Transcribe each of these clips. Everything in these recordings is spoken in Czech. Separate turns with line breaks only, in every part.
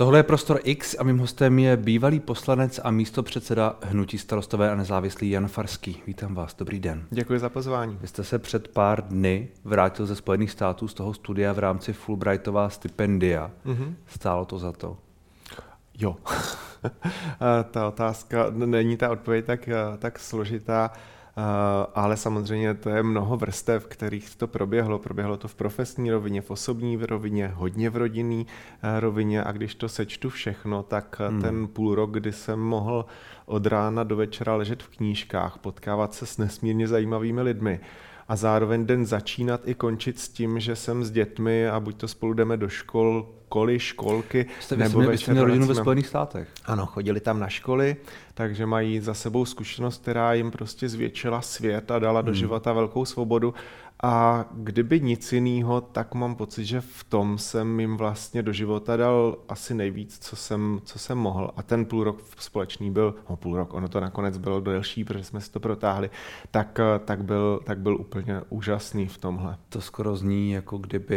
Tohle je Prostor X a mým hostem je bývalý poslanec a místopředseda Hnutí Starostové a nezávislý Jan Farský. Vítám vás, dobrý den.
Děkuji za pozvání.
Vy jste se před pár dny vrátil ze Spojených států z toho studia v rámci Fulbrightova stipendia. Stálo to za to?
Jo. Ta otázka, není ta odpověď tak složitá, ale samozřejmě to je mnoho vrstev, kterých to proběhlo. Proběhlo to v profesní rovině, v osobní rovině, hodně v rodinné rovině a když to sečtu všechno, tak ten půl rok, kdy jsem mohl od rána do večera ležet v knížkách, potkávat se s nesmírně zajímavými lidmi a zároveň den začínat i končit s tím, že jsem s dětmi a buď to spolu jdeme do školky, nebo
večer. Vy jste měl rodinu ve Spojených státech.
Ano, chodili tam na školy, takže mají za sebou zkušenost, která jim prostě zvětšila svět a dala do života velkou svobodu. A kdyby nic jiného, tak mám pocit, že v tom jsem jim vlastně do života dal asi nejvíc, co jsem mohl. A ten půl rok společný byl, půl rok, ono to nakonec bylo delší, protože jsme si to protáhli, tak byl úplně úžasný v tomhle.
To skoro zní, jako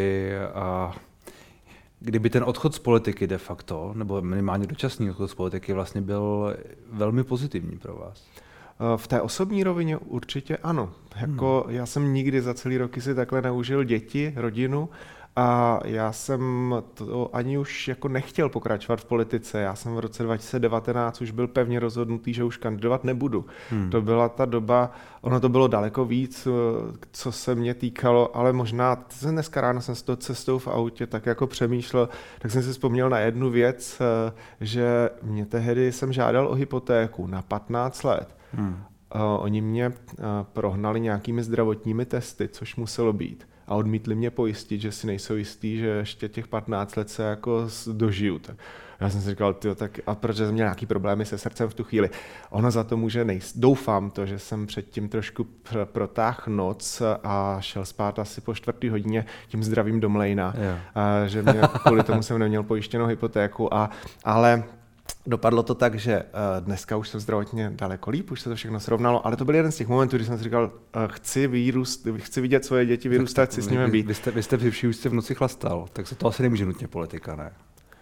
kdyby ten odchod z politiky de facto, nebo minimálně dočasný odchod z politiky vlastně byl velmi pozitivní pro vás.
V té osobní rovině určitě ano. Já jsem nikdy za celý roky si takhle neužil děti, rodinu a já jsem to ani už jako nechtěl pokračovat v politice. Já jsem v roce 2019 už byl pevně rozhodnutý, že už kandidovat nebudu. To byla ta doba, ono to bylo daleko víc, co se mě týkalo, ale možná dneska ráno jsem s tou cestou v autě tak jako přemýšlel, tak jsem si vzpomněl na jednu věc, že mě tehdy jsem žádal o hypotéku na 15 let. Oni mě prohnali nějakými zdravotními testy, což muselo být. A odmítli mě pojistit, že si nejsou jistý, že ještě těch 15 let se jako dožiju. Tak já jsem si říkal, a protože jsem měl nějaký problémy se srdcem v tu chvíli. Ono za to může nejít. Doufám to, že jsem předtím trošku protáhl noc a šel spát asi po 4. hodině tím zdravím do mlejna. Že mě kvůli tomu jsem neměl pojištěnou hypotéku. Ale dopadlo to tak, že dneska už jsem zdravotně daleko líp, už se to všechno srovnalo, ale to byl jeden z těch momentů, kdy jsem si říkal, chci vidět svoje děti vyrůstat, chci s nimi být.
Vy jste při už v noci chlastal, tak se to asi nemůže nutně politika, ne?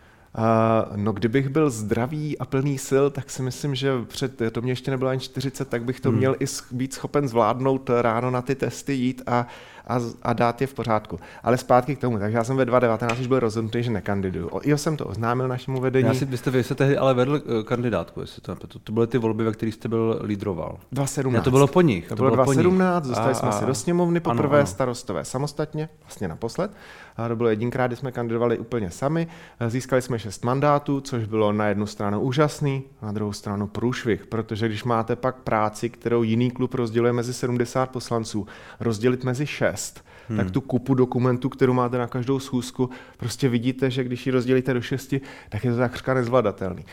Kdybych byl zdravý a plný sil, tak si myslím, že to mě ještě nebylo ani 40, tak bych to měl i být schopen zvládnout ráno na ty testy jít a dát je v pořádku. Ale zpátky k tomu, takže já jsem ve 2019 už byl rozhodnutý, že nekandiduju. Jo, jsem to oznámil našemu vedení.
Vy jste tehdy ale vedl kandidátku, jestli to byly ty volby, ve kterých jste byl lídroval.
2017.
To bylo po nich.
To bylo 2017, dostali jsme se do sněmovny poprvé, Starostové samostatně, vlastně naposled. A to bylo jedinkrát, kdy jsme kandidovali úplně sami. Získali jsme 6 mandátů, což bylo na jednu stranu úžasný, na druhou stranu průšvih, protože když máte pak práci, kterou jiný klub rozděluje mezi 70 poslanců, rozdělit mezi 6, tak tu kupu dokumentů, kterou máte na každou schůzku, prostě vidíte, že když ji rozdělíte do 6, tak je to takřka nezvladatelný.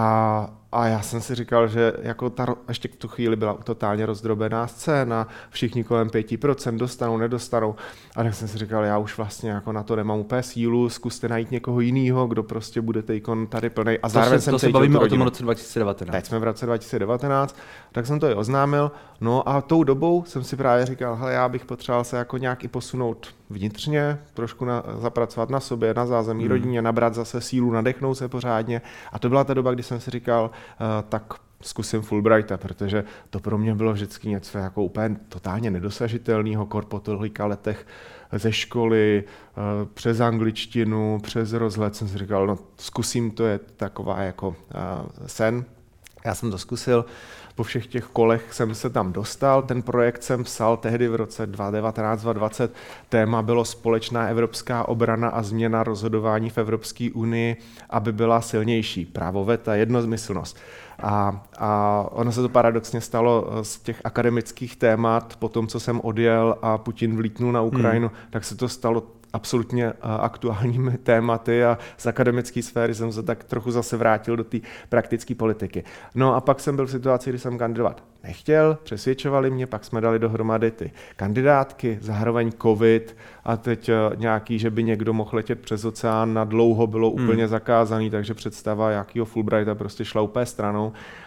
A já jsem si říkal, že jako ještě v tu chvíli byla totálně rozdrobená scéna, všichni kolem 5% dostanou, nedostanou. A tak jsem si říkal, já už vlastně jako na to nemám úplně sílu, zkuste najít někoho jiného, kdo prostě bude tejkon tady plnej. A zároveň
to se bavíme o tom roce 2019.
Teď jsme v roce 2019, tak jsem to i oznámil. No a tou dobou jsem si právě říkal, hele, já bych potřeboval se jako nějak i posunout vnitřně, trošku zapracovat na sobě, na zázemí rodině, nabrat zase sílu, nadechnout se pořádně. A to byla ta doba, kdy jsem si říkal, tak zkusím Fulbrighta, protože to pro mě bylo vždycky něco jako úplně totálně nedosažitelného, po tolika letech ze školy, přes angličtinu, přes rozhled jsem si říkal, no zkusím, to je taková jako sen. Já jsem to zkusil, po všech těch kolech jsem se tam dostal, ten projekt jsem psal tehdy v roce 2019-2020, téma bylo společná evropská obrana a změna rozhodování v Evropské unii, aby byla silnější, právo veta, jednomyslnost. A ono se to paradoxně stalo z těch akademických témat, po tom, co jsem odjel a Putin vlítnul na Ukrajinu, tak se to stalo absolutně aktuálními tématy a z akademické sféry jsem se tak trochu zase vrátil do té praktické politiky. No a pak jsem byl v situaci, kdy jsem kandidovat nechtěl, přesvědčovali mě, pak jsme dali dohromady ty kandidátky, zároveň covid a teď nějaký, že by někdo mohl letět přes oceán na dlouho bylo úplně zakázaný, takže představa jakýho Fulbrighta prostě šla úplně stranou.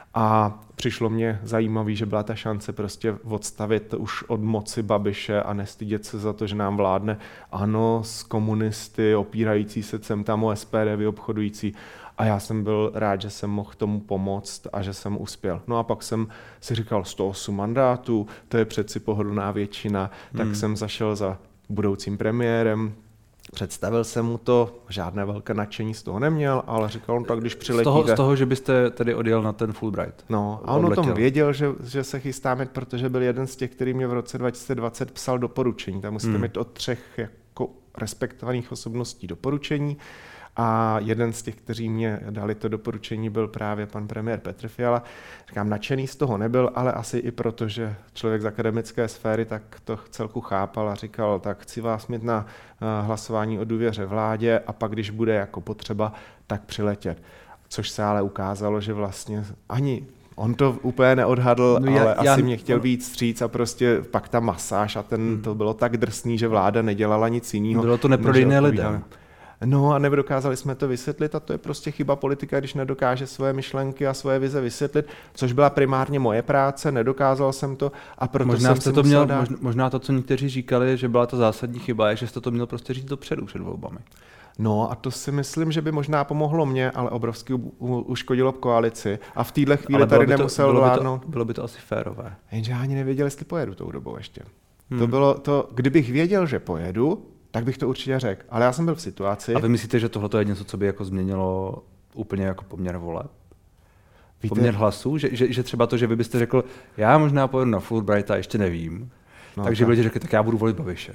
A přišlo mně zajímavé, že byla ta šance prostě odstavit už od moci Babiše a nestydět se za to, že nám vládne ANO s komunisty, opírající se sem tam o SPD, vyobchodující. A já jsem byl rád, že jsem mohl tomu pomoct a že jsem uspěl. No a pak jsem si říkal 108 mandátů, to je přeci pohodlná většina, tak jsem zašel za budoucím premiérem, představil jsem mu to, žádné velké nadšení z toho neměl, ale říkal on tak, když přiletíte...
Z toho, že byste tedy odjel na ten Fulbright.
No a on o tom věděl, že se chystáme, protože byl jeden z těch, který mě v roce 2020 psal doporučení. Tam musíte mít od 3 jako respektovaných osobností doporučení. A jeden z těch, kteří mě dali to doporučení, byl právě pan premiér Petr Fiala. Říkám, nadšený z toho nebyl, ale asi i proto, že člověk z akademické sféry tak to celku chápal a říkal, tak chci vás mít na hlasování o důvěře vládě a pak, když bude jako potřeba, tak přiletět. Což se ale ukázalo, že vlastně ani on to úplně neodhadl, ale asi mě chtěl být vstříc a prostě pak ta masáž a to bylo tak drsný, že vláda nedělala nic jiného.
Bylo to neprodejné lidem.
No a nedokázali jsme to vysvětlit a to je prostě chyba politika, když nedokáže svoje myšlenky a svoje vize vysvětlit, což byla primárně moje práce, nedokázal jsem to a proto
možná
jsem si musel dát...
Možná to, co někteří říkali, že byla ta zásadní chyba, je, že jste to měl prostě říct dopředu před volbami.
No a to si myslím, že by možná pomohlo mně, ale obrovsky uškodilo koalici a v téhle chvíli tady nemusel vládnout.
Bylo by to asi férové.
Jenže já ani nevěděl, jestli pojedu tou dobou ještě. To bylo to, kdybych věděl, že pojedu, tak bych to určitě řekl. Ale já jsem byl v situaci...
A vy myslíte, že tohle je něco, co by jako změnilo úplně jako poměr voleb? Poměr hlasů? Že třeba to, že vy byste řekl, já možná pojedu na Fulbrighta, ještě nevím. No, takže by řekli, tak já budu volit Babiše.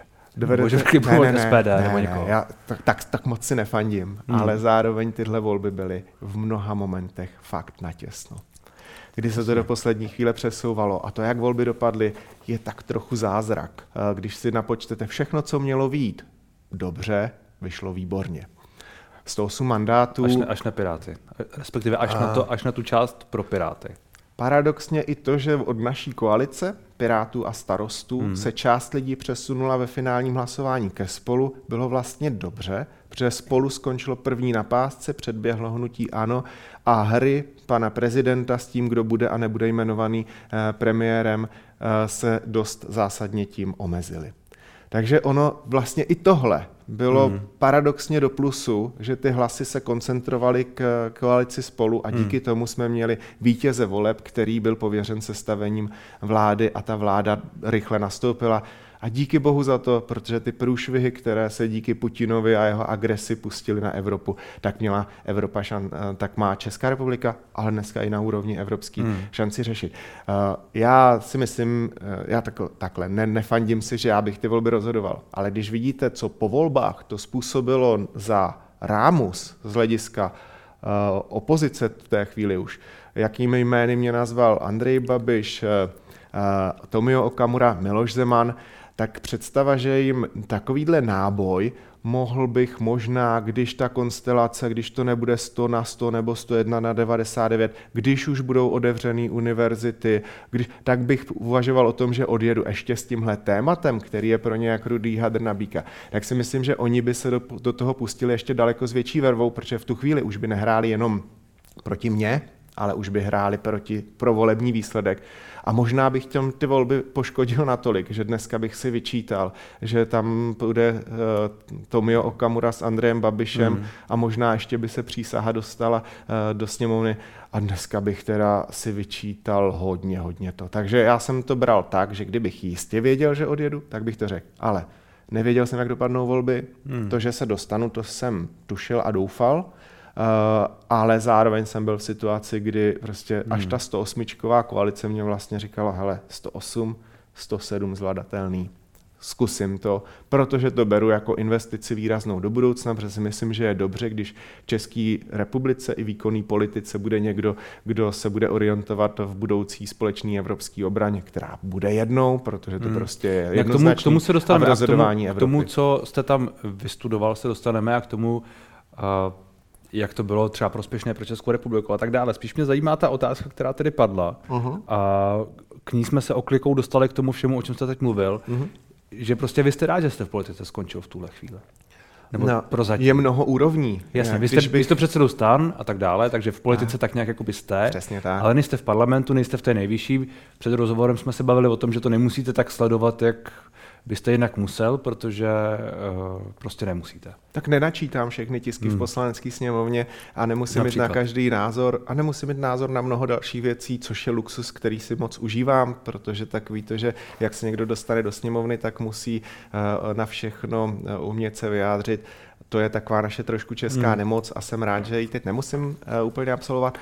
Tak moc si nefandím. Ale zároveň tyhle volby byly v mnoha momentech fakt natěsno. Kdy se to do poslední chvíle přesouvalo. A to, jak volby dopadly, je tak trochu zázrak. Když si napočtete všechno, co mělo vyjít dobře, vyšlo výborně. 108 mandátů...
Až na Piráty. Respektive až na tu část pro Piráty.
Paradoxně i to, že od naší koalice, Pirátů a Starostů, se část lidí přesunula ve finálním hlasování ke Spolu, bylo vlastně dobře, protože Spolu skončilo první na pásce, předběhlo hnutí ANO a hry pana prezidenta s tím, kdo bude a nebude jmenovaný premiérem, se dost zásadně tím omezily. Takže ono vlastně i tohle bylo paradoxně do plusu, že ty hlasy se koncentrovaly k koalici Spolu a díky tomu jsme měli vítěze voleb, který byl pověřen sestavením vlády a ta vláda rychle nastoupila. A díky bohu za to, protože ty průšvihy, které se díky Putinovi a jeho agresi pustily na Evropu, tak měla Evropa tak má Česká republika, ale dneska i na úrovni evropský šanci řešit. Já si myslím, já takhle nefandím si, že já bych ty volby rozhodoval, ale když vidíte, co po volbách to způsobilo za rámus z hlediska opozice v té chvíli už, jakými jmény mě nazval Andrej Babiš, Tomio Okamura, Miloš Zeman, tak představa, že jim takovýhle náboj mohl bych možná, když ta konstelace, když to nebude 100 na 100 nebo 101 na 99, když už budou otevřený univerzity, tak bych uvažoval o tom, že odjedu ještě s tímhle tématem, který je pro ně jak rudý hadr na býka. Tak si myslím, že oni by se do toho pustili ještě daleko s větší vervou, protože v tu chvíli už by nehráli jenom proti mně, ale už by hráli pro volební výsledek. A možná bych ty volby poškodil natolik, že dneska bych si vyčítal, že tam bude Tomio Okamura s Andrejem Babišem a možná ještě by se přísaha dostala do sněmovny a dneska bych teda si vyčítal hodně to. Takže já jsem to bral tak, že kdybych jistě věděl, že odjedu, tak bych to řekl. Ale nevěděl jsem, jak dopadnou volby. To, že se dostanu, to jsem tušil a doufal. Ale zároveň jsem byl v situaci, kdy prostě až ta 108čková koalice mě vlastně říkala, hele, 108, 107 zvladatelný, zkusím to, protože to beru jako investici výraznou do budoucna, protože si myslím, že je dobře, když v České republice i výkonný politice bude někdo, kdo se bude orientovat v budoucí společné evropské obraně, která bude jednou, protože to prostě je jednoznačný.
K tomu se dostaneme,
a
k tomu, co jste tam vystudoval, se dostaneme a k tomu, jak to bylo třeba prospěšné pro Českou republiku a tak dále. Spíš mě zajímá ta otázka, která tedy padla. A k ní jsme se oklikou dostali k tomu všemu, o čem jste teď mluvil, že prostě vy jste rád, že jste v politice skončil v tuhle chvíli. Nebo prozatím?
Je mnoho úrovní.
Jasně, vy jste předsedou STAN a tak dále, takže v politice tak nějak jako byste,
přesně tak.
Ale nejste v parlamentu, nejste v té nejvyšší. Před rozhovorem jsme se bavili o tom, že to nemusíte tak sledovat, jak byste jinak musel, protože prostě nemusíte.
Tak nenačítám všechny tisky v poslanecké sněmovně a nemusím mít na každý názor a nemusím mít názor na mnoho dalších věcí, což je luxus, který si moc užívám, protože tak víte, že jak se někdo dostane do sněmovny, tak musí na všechno umět se vyjádřit. To je taková naše trošku česká nemoc a jsem rád, že ji teď nemusím úplně absolvovat.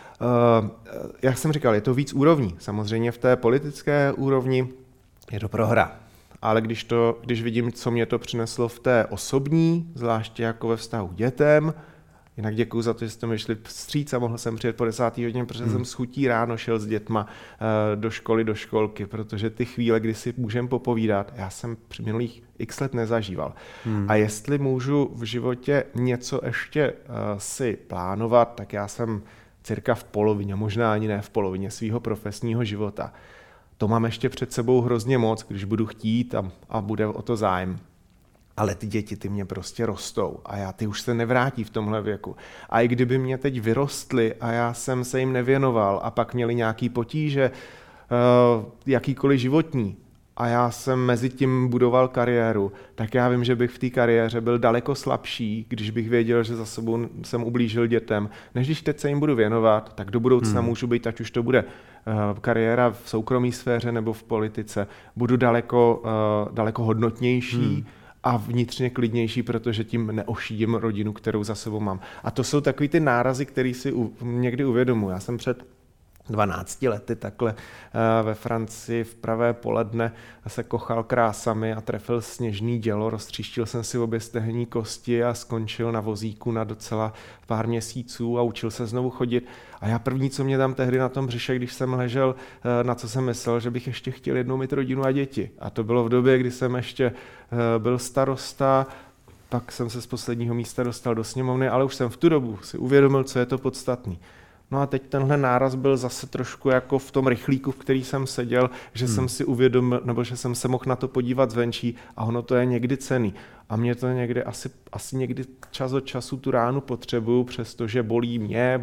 Jak jsem říkal, je to víc úrovní. Samozřejmě v té politické úrovni je to prohra. Ale když vidím, co mě to přineslo v té osobní, zvláště jako ve vztahu k dětem, jinak děkuju za to, že jste mi šli vstříc a mohl jsem přijet po 10. hodině, protože jsem s chutí ráno šel s dětma do školy, do školky, protože ty chvíle, kdy si můžeme popovídat, já jsem při minulých x let nezažíval. A jestli můžu v životě něco ještě si plánovat, tak já jsem cirka v polovině, možná ani ne v polovině svého profesního života. To mám ještě před sebou hrozně moc, když budu chtít a bude o to zájem. Ale ty děti, ty mě prostě rostou a ty už se nevrátí v tomhle věku. A i kdyby mě teď vyrostly a já jsem se jim nevěnoval a pak měli nějaký potíže, jakýkoliv životní, a já jsem mezi tím budoval kariéru, tak já vím, že bych v té kariéře byl daleko slabší, když bych věděl, že za sebou jsem ublížil dětem, než když teď se jim budu věnovat, tak do budoucna můžu být, ať už to bude kariéra v soukromé sféře nebo v politice, budu daleko hodnotnější a vnitřně klidnější, protože tím neošidím rodinu, kterou za sebou mám. A to jsou takový ty nárazy, které si někdy uvědomuji. Já jsem před 12 lety takhle ve Francii v pravé poledne se kochal krásami a trefil sněžný dělo, roztříštil jsem si obě stehenní kosti a skončil na vozíku na docela pár měsíců a učil se znovu chodit. A já první, co mě tam tehdy na tom břiše, když jsem ležel, na co jsem myslel, že bych ještě chtěl jednou mít rodinu a děti. A to bylo v době, kdy jsem ještě byl starosta, pak jsem se z posledního místa dostal do sněmovny, ale už jsem v tu dobu si uvědomil, co je to podstatný. No a teď tenhle náraz byl zase trošku jako v tom rychlíku, v který jsem seděl, že jsem si uvědomil, nebo že jsem se mohl na to podívat zvenčí a ono to je někdy cenný. A mě to někdy asi někdy čas od času tu ránu potřebuju, přestože bolí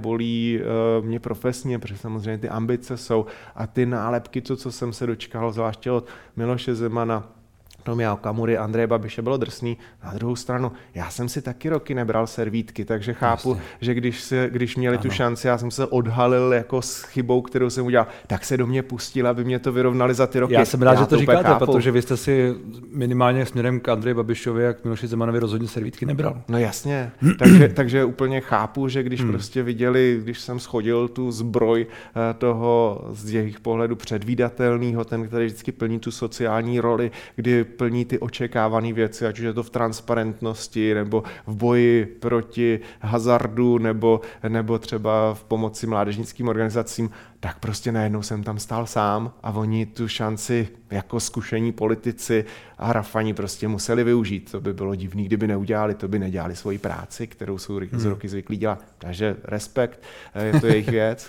mě profesně, protože samozřejmě ty ambice jsou a ty nálepky, to, co jsem se dočkal, zvláště od Miloše Zemana, Tomia Okamury, Andreje Babiše, bylo drsný. Na druhou stranu, já jsem si taky roky nebral servítky, takže chápu, že když měli tu šanci, já jsem se odhalil jako s chybou, kterou jsem udělal, tak se do mě pustil, aby mě to vyrovnali za ty roky.
Já jsem rád, že to říkáte, protože vy jste si minimálně směrem k Andreji Babišovi a k Miloši Zemanovi rozhodně servítky nebral.
No jasně, takže úplně chápu, že když prostě viděli, když jsem shodil tu zbroj toho z jejich pohledu předvídatelného, ten, který vždycky plní tu sociální roli, kdy plní ty očekávané věci, ať už je to v transparentnosti, nebo v boji proti hazardu, nebo třeba v pomoci mládežnickým organizacím, tak prostě najednou jsem tam stál sám a oni tu šanci jako zkušení politici a hrafani prostě museli využít. To by bylo divný, kdyby neudělali, to by nedělali svoji práci, kterou jsou z roky zvyklí dělat. Takže respekt, je to jejich věc.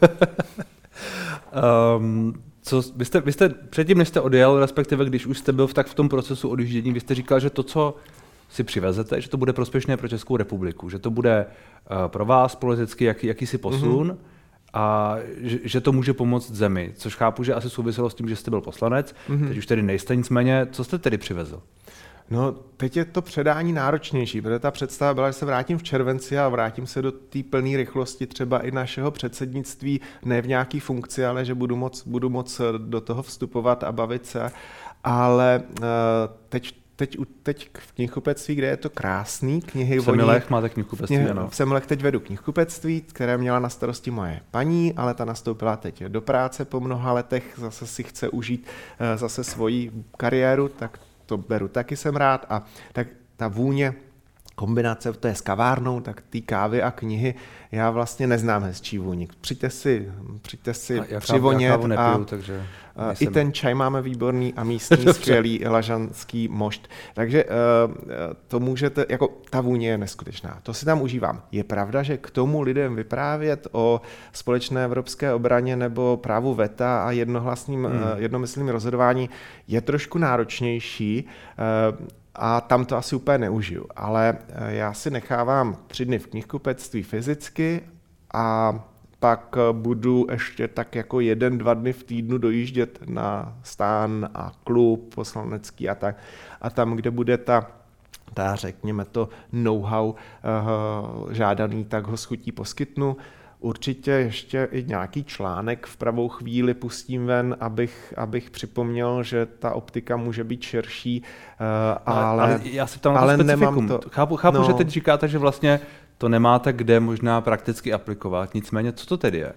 Vy jste předtím, než jste odjel, respektive když už jste byl v tom procesu odjíždění, vy jste říkal, že to, co si přivezete, že to bude prospěšné pro Českou republiku, že to bude pro vás politicky jakýsi posun a že to může pomoct zemi, což chápu, že asi souviselo s tím, že jste byl poslanec, teď už tedy nejste, nicméně, co jste tedy přivezl?
No, teď je to předání náročnější, protože ta představa byla, že se vrátím v červenci a vrátím se do té plné rychlosti třeba i našeho předsednictví, ne v nějaký funkci, ale že budu moc do toho vstupovat a bavit se, ale teď v knihkupectví, kde je to krásný, knihy...
V Semilech máte knihkupectví, ano.
V Semilech teď vedu knihkupectví, které měla na starosti moje paní, ale ta nastoupila teď do práce po mnoha letech, zase si chce užít zase svoji kariéru, tak to beru, taky jsem rád a tak ta vůně, kombinace, to je s kavárnou, tak ty kávy a knihy, já vlastně neznám hezčí vůni. Přijďte si přivonět
takže
i ten čaj máme výborný a místní skvělý lažanský mošt. Takže to můžete, jako ta vůně je neskutečná. To si tam užívám. Je pravda, že k tomu lidem vyprávět o společné evropské obraně nebo právu veta a jednomyslným rozhodování je trošku náročnější, a tam to asi úplně neužiju. Ale já si nechávám 3 dny v knihkupectví fyzicky a pak budu ještě tak jako 1-2 dny v týdnu dojíždět na stán a klub poslanecký a tak. A tam, kde bude ta řekněme to know-how žádaný, tak ho s chutí poskytnu. Určitě ještě i nějaký článek v pravou chvíli pustím ven, abych připomněl, že ta optika může být širší, ale
já se ptám na to specifikum. Chápu, že teď říkáte, že vlastně to nemáte kde možná prakticky aplikovat. Nicméně, co to tedy je?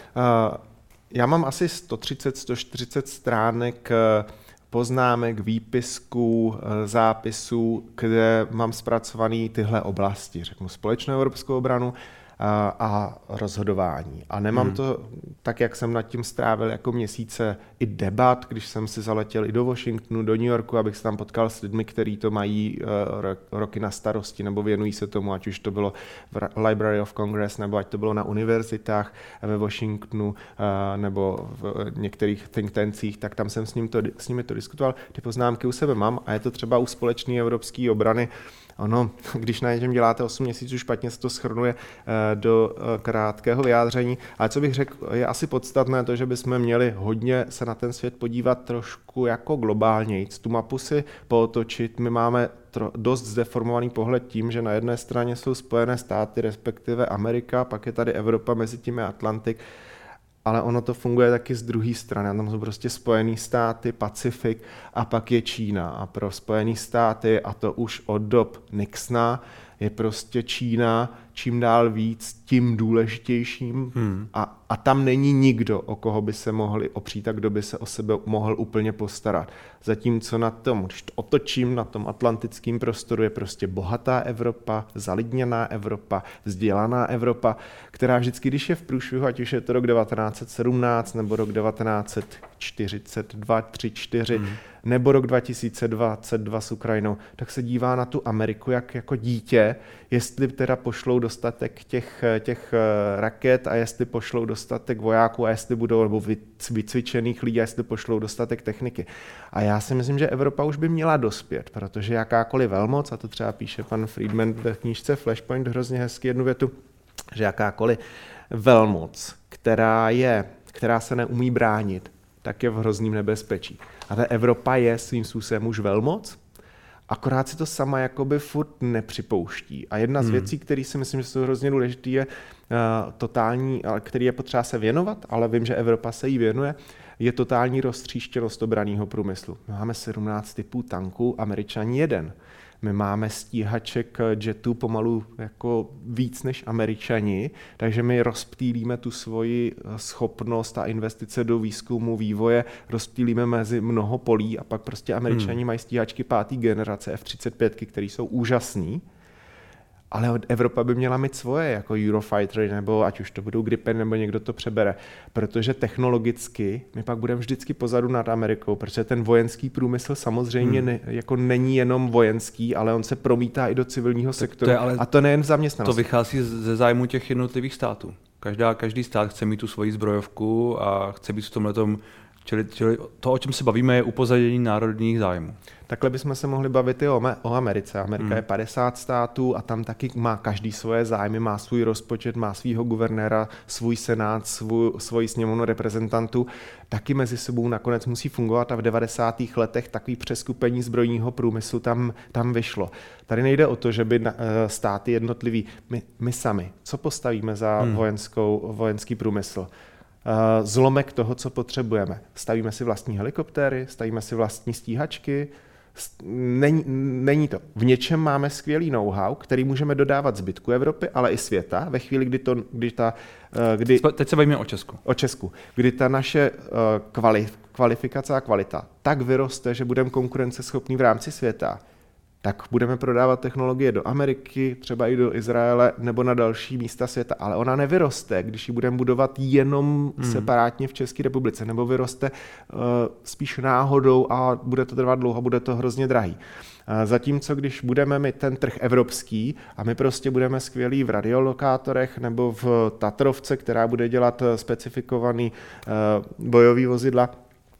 Já mám asi 130-140 stránek poznámek, výpisků, zápisů, kde mám zpracované tyhle oblasti, řeknu společnou evropskou obranu a rozhodování. A nemám to tak, jak jsem nad tím strávil jako měsíce i debat, když jsem si zaletěl i do Washingtonu, do New Yorku, abych se tam potkal s lidmi, kteří to mají roky na starosti nebo věnují se tomu, ať už to bylo v Library of Congress, nebo ať to bylo na univerzitách ve Washingtonu nebo v některých think tancích, tak tam jsem s nimi to diskutoval. Ty poznámky u sebe mám a je to třeba u společné evropské obrany. Ono, když na něčem děláte 8 měsíců, špatně se to shrnuje do krátkého vyjádření. Ale co bych řekl, je asi podstatné to, že bychom měli hodně se na ten svět podívat trošku jako globálněji. Tu mapu si pootočit. My máme dost zdeformovaný pohled tím, že na jedné straně jsou Spojené státy, respektive Amerika, pak je tady Evropa, mezi tím je Atlantik. Ale ono to funguje taky z druhé strany. Tam jsou prostě Spojené státy, Pacifik a pak je Čína. A pro Spojené státy, a to už od dob Nixona, je prostě Čína čím dál víc, tím důležitějším. A tam není nikdo, o koho by se mohli opřít a kdo by se o sebe mohl úplně postarat. Zatímco na tom, když to otočím, na tom atlantickém prostoru je prostě bohatá Evropa, zalidněná Evropa, vzdělaná Evropa, která vždycky, když je v průšvihu, ať už je to rok 1917 nebo rok 1942, 3, 4, nebo rok 2022 s Ukrajinou, tak se dívá na tu Ameriku jako dítě, jestli teda pošlou dostatek těch raket a jestli pošlou dostatek vojáků a jestli budou nebo vycvičených lidí a jestli pošlou dostatek techniky. A já si myslím, že Evropa už by měla dospět, protože jakákoliv velmoc, a to třeba píše pan Friedman ve knížce Flashpoint hrozně hezky jednu větu, že jakákoliv velmoc, která se neumí bránit, tak je v hrozném nebezpečí. A ta Evropa je svým způsobem už velmoc, akorát si to sama jakoby furt nepřipouští. A jedna z věcí, které si myslím, že jsou hrozně důležité, je totální, který je potřeba se věnovat, ale vím, že Evropa se jí věnuje, je totální roztříštěnost obranného průmyslu. Máme 17 typů tanků, Američani 1. My máme stíhaček jetů pomalu jako víc než Američani, takže my rozptýlíme tu svoji schopnost a investice do výzkumu, vývoje, rozptýlíme mezi mnoho polí a pak prostě Američani mají stíhačky 5. generace F-35, které jsou úžasný. Ale Evropa by měla mít svoje, jako Eurofighter, nebo ať už to budou Gripen, nebo někdo to přebere. Protože technologicky my pak budeme vždycky pozadu nad Amerikou, protože ten vojenský průmysl samozřejmě jako není jenom vojenský, ale on se promítá i do civilního sektoru. A to nejen v zaměstnanosti.
To vychází ze zájmu těch jednotlivých států. Každý stát chce mít tu svoji zbrojovku a chce být v tomhletom. Čili to, o čem se bavíme, je upozadění národních zájmů.
Takhle bychom se mohli bavit i o Americe. Amerika je 50 států a tam taky má každý svoje zájmy, má svůj rozpočet, má svýho guvernéra, svůj senát, svoji sněmovnu reprezentantů. Taky mezi sebou nakonec musí fungovat a v 90. letech takový přeskupení zbrojního průmyslu tam vyšlo. Tady nejde o to, že by státy jednotlivý, my sami, co postavíme za vojenský průmysl? Zlomek toho, co potřebujeme. Stavíme si vlastní helikoptéry, stavíme si vlastní stíhačky. Není to. V něčem máme skvělý know-how, který můžeme dodávat zbytku Evropy, ale i světa. Ve chvíli,
Teď se bavíme o Česku.
O Česku. Kdy ta naše kvalifikace a kvalita tak vyroste, že budeme konkurenceschopní v rámci světa, tak budeme prodávat technologie do Ameriky, třeba i do Izraele nebo na další místa světa. Ale ona nevyroste, když ji budeme budovat jenom separátně v České republice, nebo vyroste spíš náhodou a bude to trvat dlouho, bude to hrozně drahý. Zatímco když budeme mít ten trh evropský a my prostě budeme skvělí v radiolokátorech nebo v Tatrovce, která bude dělat specifikovaný bojový vozidla,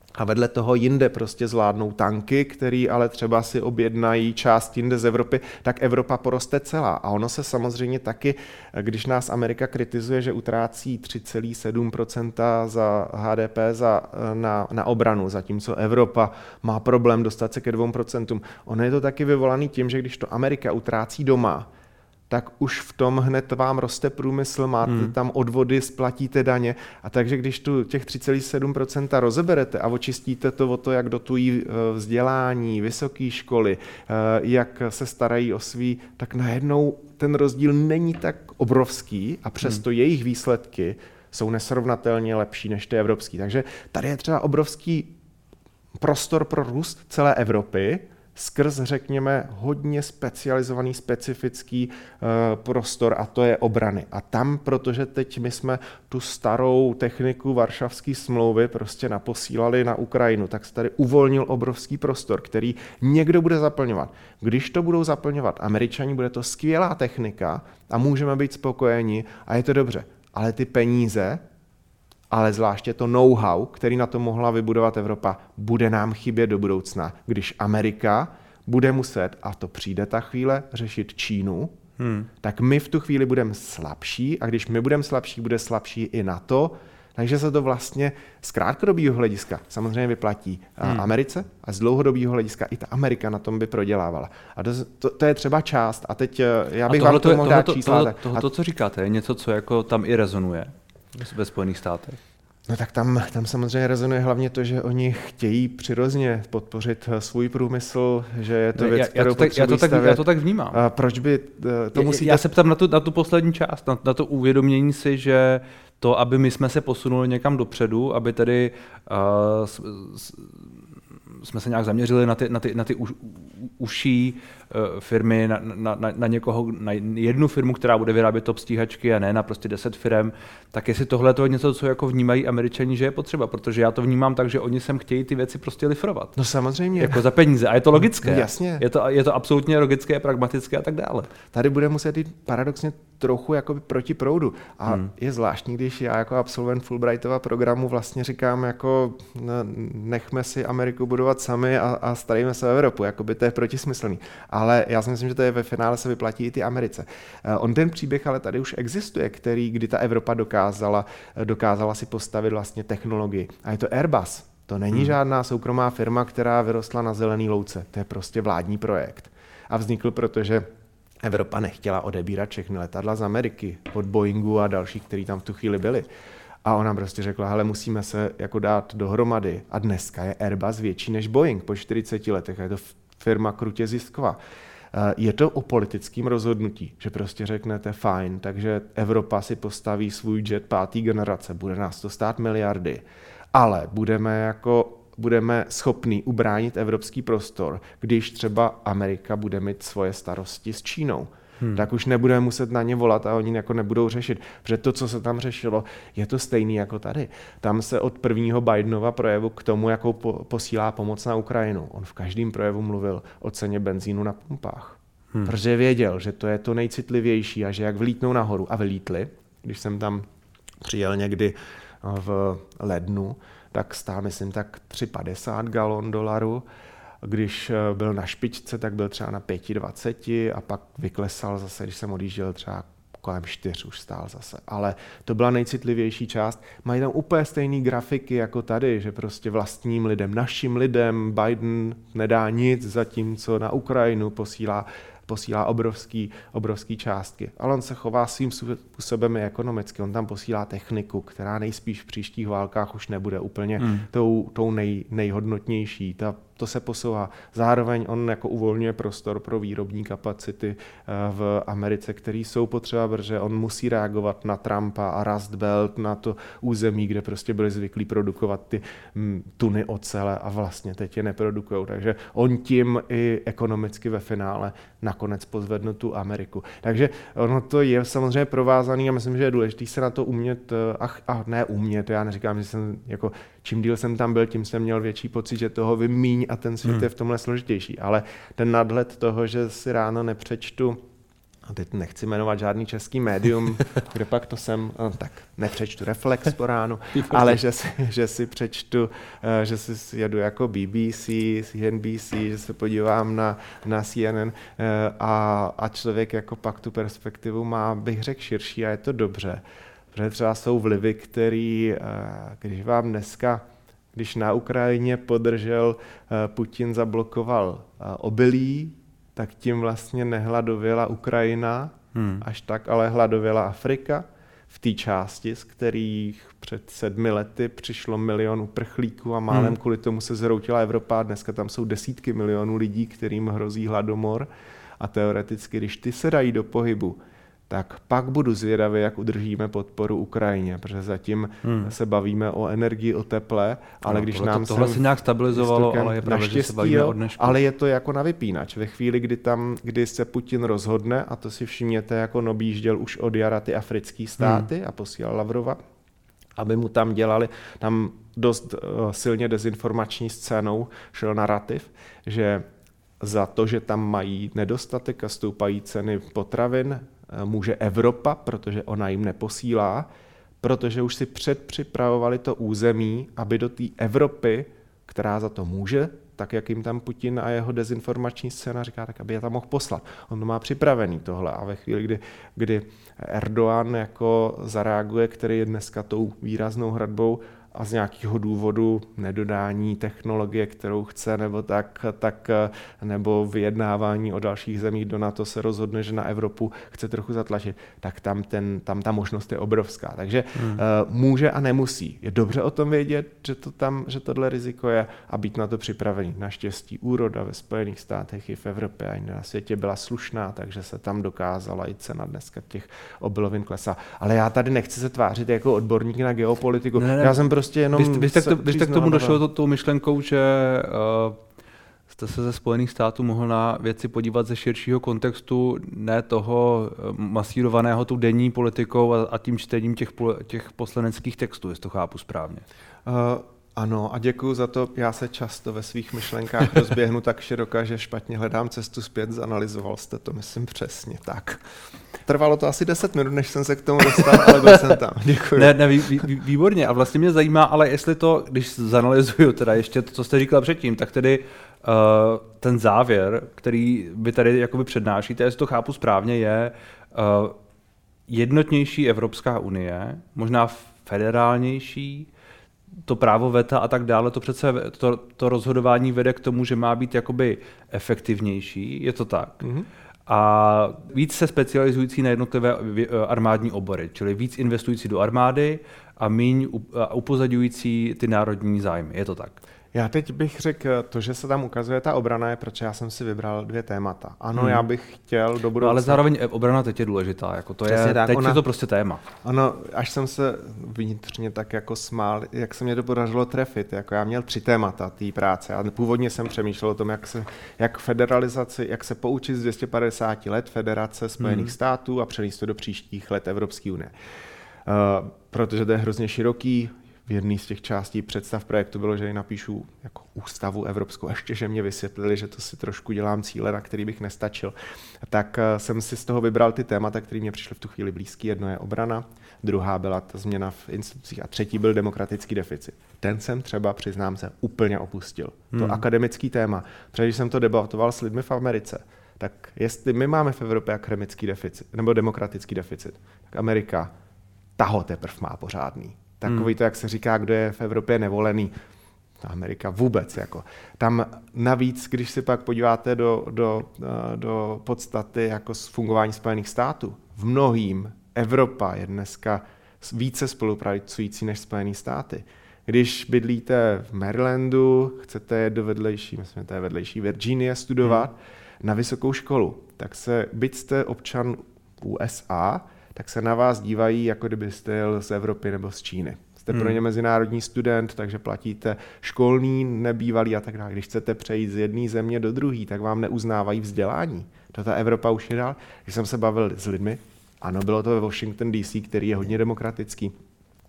A vedle toho jinde prostě zvládnou tanky, který ale třeba si objednají část jinde z Evropy, tak Evropa poroste celá. A ono se samozřejmě taky, když nás Amerika kritizuje, že utrácí 3,7% za HDP na obranu, zatímco Evropa má problém dostat se ke 2%. Ono je to taky vyvolaný tím, že když to Amerika utrácí doma, tak už v tom hned vám roste průmysl, máte tam odvody, splatíte daně. A takže když tu těch 3,7% rozeberete a očistíte to o to, jak dotují vzdělání, vysoké školy, jak se starají o svý, tak najednou ten rozdíl není tak obrovský a přesto jejich výsledky jsou nesrovnatelně lepší než ty evropský. Takže tady je třeba obrovský prostor pro růst celé Evropy, skrz, řekněme, hodně specializovaný, specifický prostor a to je obrany. A tam, protože teď my jsme tu starou techniku Varšavské smlouvy prostě naposílali na Ukrajinu, tak se tady uvolnil obrovský prostor, který někdo bude zaplňovat. Když to budou zaplňovat Američani, bude to skvělá technika a můžeme být spokojeni a je to dobře. Ale ty peníze, ale zvláště to know-how, který na to mohla vybudovat Evropa, bude nám chybět do budoucna, když Amerika bude muset, a to přijde ta chvíle, řešit Čínu, tak my v tu chvíli budeme slabší a když my budeme slabší, bude slabší i NATO, takže se to vlastně z krátkodobého hlediska samozřejmě vyplatí Americe a z dlouhodobého hlediska i ta Amerika na tom by prodělávala. A to je třeba část a teď já bych vám to mohl dát čísla.
To, co říkáte, je něco, co jako tam i rezonuje ve Spojených státech.
No tak tam samozřejmě rezonuje hlavně to, že oni chtějí přirozeně podpořit svůj průmysl, že je to věc, kterou potřebují stavět.
Já to tak vnímám.
Proč by to musíte...
Já se ptám na tu poslední část, na to uvědomění si, že to, aby my jsme se posunuli někam dopředu, aby tedy jsme se nějak zaměřili na ty užší firmy, na někoho, na jednu firmu, která bude vyrábět top stíhačky a ne na prostě 10 firm, tak jestli tohle to je něco, co jako vnímají Američani, že je potřeba, protože já to vnímám tak, že oni sem chtějí ty věci prostě lifrovat.
No samozřejmě.
Jako za peníze a je to logické.
Jasně.
Je to absolutně logické, pragmatické a tak dále.
Tady bude muset jít paradoxně trochu jakoby proti proudu. A je zvláštní, když já jako absolvent Fulbrightova programu vlastně říkám jako nechme si Ameriku budovat sami a starejme se o Evropu, jakoby to je protismyslný. Ale já si myslím, že to je ve finále se vyplatí i ty Americe. On ten příběh ale tady už existuje, kdy ta Evropa dokázala si postavit vlastně technologii. A je to Airbus. To není žádná soukromá firma, která vyrostla na zelený louce. To je prostě vládní projekt. A vznikl, protože Evropa nechtěla odebírat všechny letadla z Ameriky, od Boeingu a dalších, který tam v tu chvíli byli. A ona prostě řekla, hele, musíme se jako dát dohromady. A dneska je Airbus větší než Boeing po 40 letech. A je to firma krutě zisková. Je to o politickém rozhodnutí, že prostě řeknete fajn, takže Evropa si postaví svůj jet 5. generace, bude nás to stát miliardy, ale budeme schopní ubránit evropský prostor, když třeba Amerika bude mít svoje starosti s Čínou. Tak už nebudeme muset na ně volat a oni jako nebudou řešit. Protože to, co se tam řešilo, je to stejný jako tady. Tam se od prvního Bidenova projevu k tomu, jakou posílá pomoc na Ukrajinu. On v každém projevu mluvil o ceně benzínu na pumpách. Protože věděl, že to je to nejcitlivější a že jak vlítnou nahoru. A vylítli, když jsem tam přijel někdy v lednu, tak stál, myslím, tak 3,50 galon $. Když byl na špičce, tak byl třeba na 5,20 a pak vyklesal zase, když jsem odjížděl třeba kolem 4 už stál zase. Ale to byla nejcitlivější část. Mají tam úplně stejné grafiky jako tady, že prostě vlastním lidem, našim lidem Biden nedá nic, zatímco na Ukrajinu posílá obrovský částky. Ale on se chová svým způsobem i ekonomicky. On tam posílá techniku, která nejspíš v příštích válkách už nebude úplně tou nejhodnotnější. To se posouvá. Zároveň on jako uvolňuje prostor pro výrobní kapacity v Americe, které jsou potřeba, protože on musí reagovat na Trumpa a Rust Belt, na to území, kde prostě byli zvyklí produkovat ty tuny ocele a vlastně teď je neprodukujou. Takže on tím i ekonomicky ve finále nakonec pozvedne tu Ameriku. Takže ono to je samozřejmě provázaný a myslím, že je důležité se na to umět, já neříkám, že jsem jako čím díl jsem tam byl, tím jsem měl větší pocit, že toho vím míň a ten svět je v tomhle složitější. Ale ten nadhled toho, že si ráno nepřečtu teď nechci jmenovat žádný český médium, kde pak to jsem, tak nepřečtu Reflex po ránu, ale že si přečtu, že si jedu jako BBC, CNBC, že se podívám na CNN a člověk jako pak tu perspektivu má, bych řekl, širší a je to dobře. Protože třeba jsou vlivy, který, když vám dneska, když na Ukrajině podržel Putin, zablokoval obilí, tak tím vlastně nehladověla Ukrajina až tak, ale hladověla Afrika v té části, z kterých před 7 lety přišlo 1 milion uprchlíků a málem kvůli tomu se zhroutila Evropa. Dneska tam jsou desítky milionů lidí, kterým hrozí hladomor a teoreticky, když ty se dají do pohybu, tak pak budu zvědavý, jak udržíme podporu Ukrajině, protože zatím se bavíme o energii, o teple, ale když nám
tohle se nějak stabilizovalo, ale je pravda, že se bavíme o dnešku.
Ale je to jako na vypínač. Ve chvíli, kdy se Putin rozhodne, a to si všimněte, jako on objížděl už od jara ty africké státy a posílal Lavrova, aby mu tam dělali, tam dost silně dezinformační scénou šel narrativ, že za to, že tam mají nedostatek a stoupají ceny potravin, může Evropa, protože ona jim neposílá, protože už si předpřipravovali to území, aby do té Evropy, která za to může, tak jak jim tam Putin a jeho dezinformační scéna říká, tak aby je tam mohl poslat. On to má připravený tohle a ve chvíli, kdy Erdogan jako zareaguje, který je dneska tou výraznou hradbou a z nějakého důvodu nedodání technologie, kterou chce, nebo vyjednávání o dalších zemích do NATO se rozhodne, že na Evropu chce trochu zatlačit, tak tam ta možnost je obrovská. Takže může a nemusí. Je dobře o tom vědět, že tohle riziko je a být na to připravený. Naštěstí úroda ve Spojených státech i v Evropě a na světě byla slušná, takže se tam dokázala i cena dneska těch obilovin klesá. Ale já tady nechci se tvářit jako odborník na geopolitiku.
Ne.
Já jsem prostě jenom...
Vy jste k tomu došel tou myšlenkou, že jste se ze Spojených států mohl na věci podívat ze širšího kontextu, ne toho masírovaného tou denní politikou a tím čtením těch poslaneckých textů, jestli to chápu správně.
Ano, a děkuju za to. Já se často ve svých myšlenkách rozběhnu tak široka, že špatně hledám cestu zpět. Zanalyzoval jste to, myslím, přesně tak. Trvalo to asi 10 minut, než jsem se k tomu dostal, ale byl jsem tam. Děkuji.
Ne, výborně. A vlastně mě zajímá, ale jestli to, když zanalyzuju teda ještě to, co jste říkal předtím, tak tedy ten závěr, který vy tady jakoby přednášíte, jestli to chápu správně, je jednotnější Evropská unie, možná federálnější, to právo veta a tak dále, to přece to rozhodování vede k tomu, že má být jakoby efektivnější, je to tak? Mm-hmm. A víc se specializující na jednotlivé armádní obory, čili víc investující do armády a míň upozaďující ty národní zájmy, je to tak?
Já teď bych řekl, to, že se tam ukazuje ta obrana, je, protože já jsem si vybral 2 témata. Ano, já bych chtěl do budoucna...
Ale zároveň obrana teď je důležitá, jako to je, tak, teď je to prostě téma.
Ano, až jsem se vnitřně tak jako smál, jak se mě to podařilo trefit, jako já měl 3 témata té práce a původně jsem přemýšlel o tom, jak federalizaci, jak se poučit z 250 let federace Spojených států a přenést to do příštích let Evropské unie. Protože to je hrozně široký. V jedné z těch částí představ projektu bylo, že ji napíšu jako ústavu evropskou, ještě že mě vysvětlili, že to si trošku dělám cíle, na který bych nestačil. Tak jsem si z toho vybral ty témata, které mě přišly v tu chvíli blízký. Jedno je obrana, druhá byla ta změna v institucích a třetí byl demokratický deficit. Ten jsem třeba, přiznám se, úplně opustil. To akademický téma. Protože když jsem to debatoval s lidmi v Americe, tak jestli my máme v Evropě akademický deficit, nebo demokratický deficit, tak Amerika taho teprve má pořádný. Takový to, jak se říká, kdo je v Evropě nevolený. Amerika vůbec. Jako. Tam navíc, když si pak podíváte do podstaty jako fungování Spojených států, v mnohým Evropa je dneska více spolupracující než Spojené státy. Když bydlíte v Marylandu, chcete jet do vedlejší, myslím, to je vedlejší Virginie studovat na vysokou školu, tak se, byť jste občan USA, tak se na vás dívají, jako kdybyste jel z Evropy nebo z Číny. Jste pro ně mezinárodní student, takže platíte školní, nebývalý a tak dále. Když chcete přejít z jedné země do druhé, tak vám neuznávají vzdělání. To ta Evropa už je dál. Když jsem se bavil s lidmi, ano, bylo to ve Washington DC, který je hodně demokratický,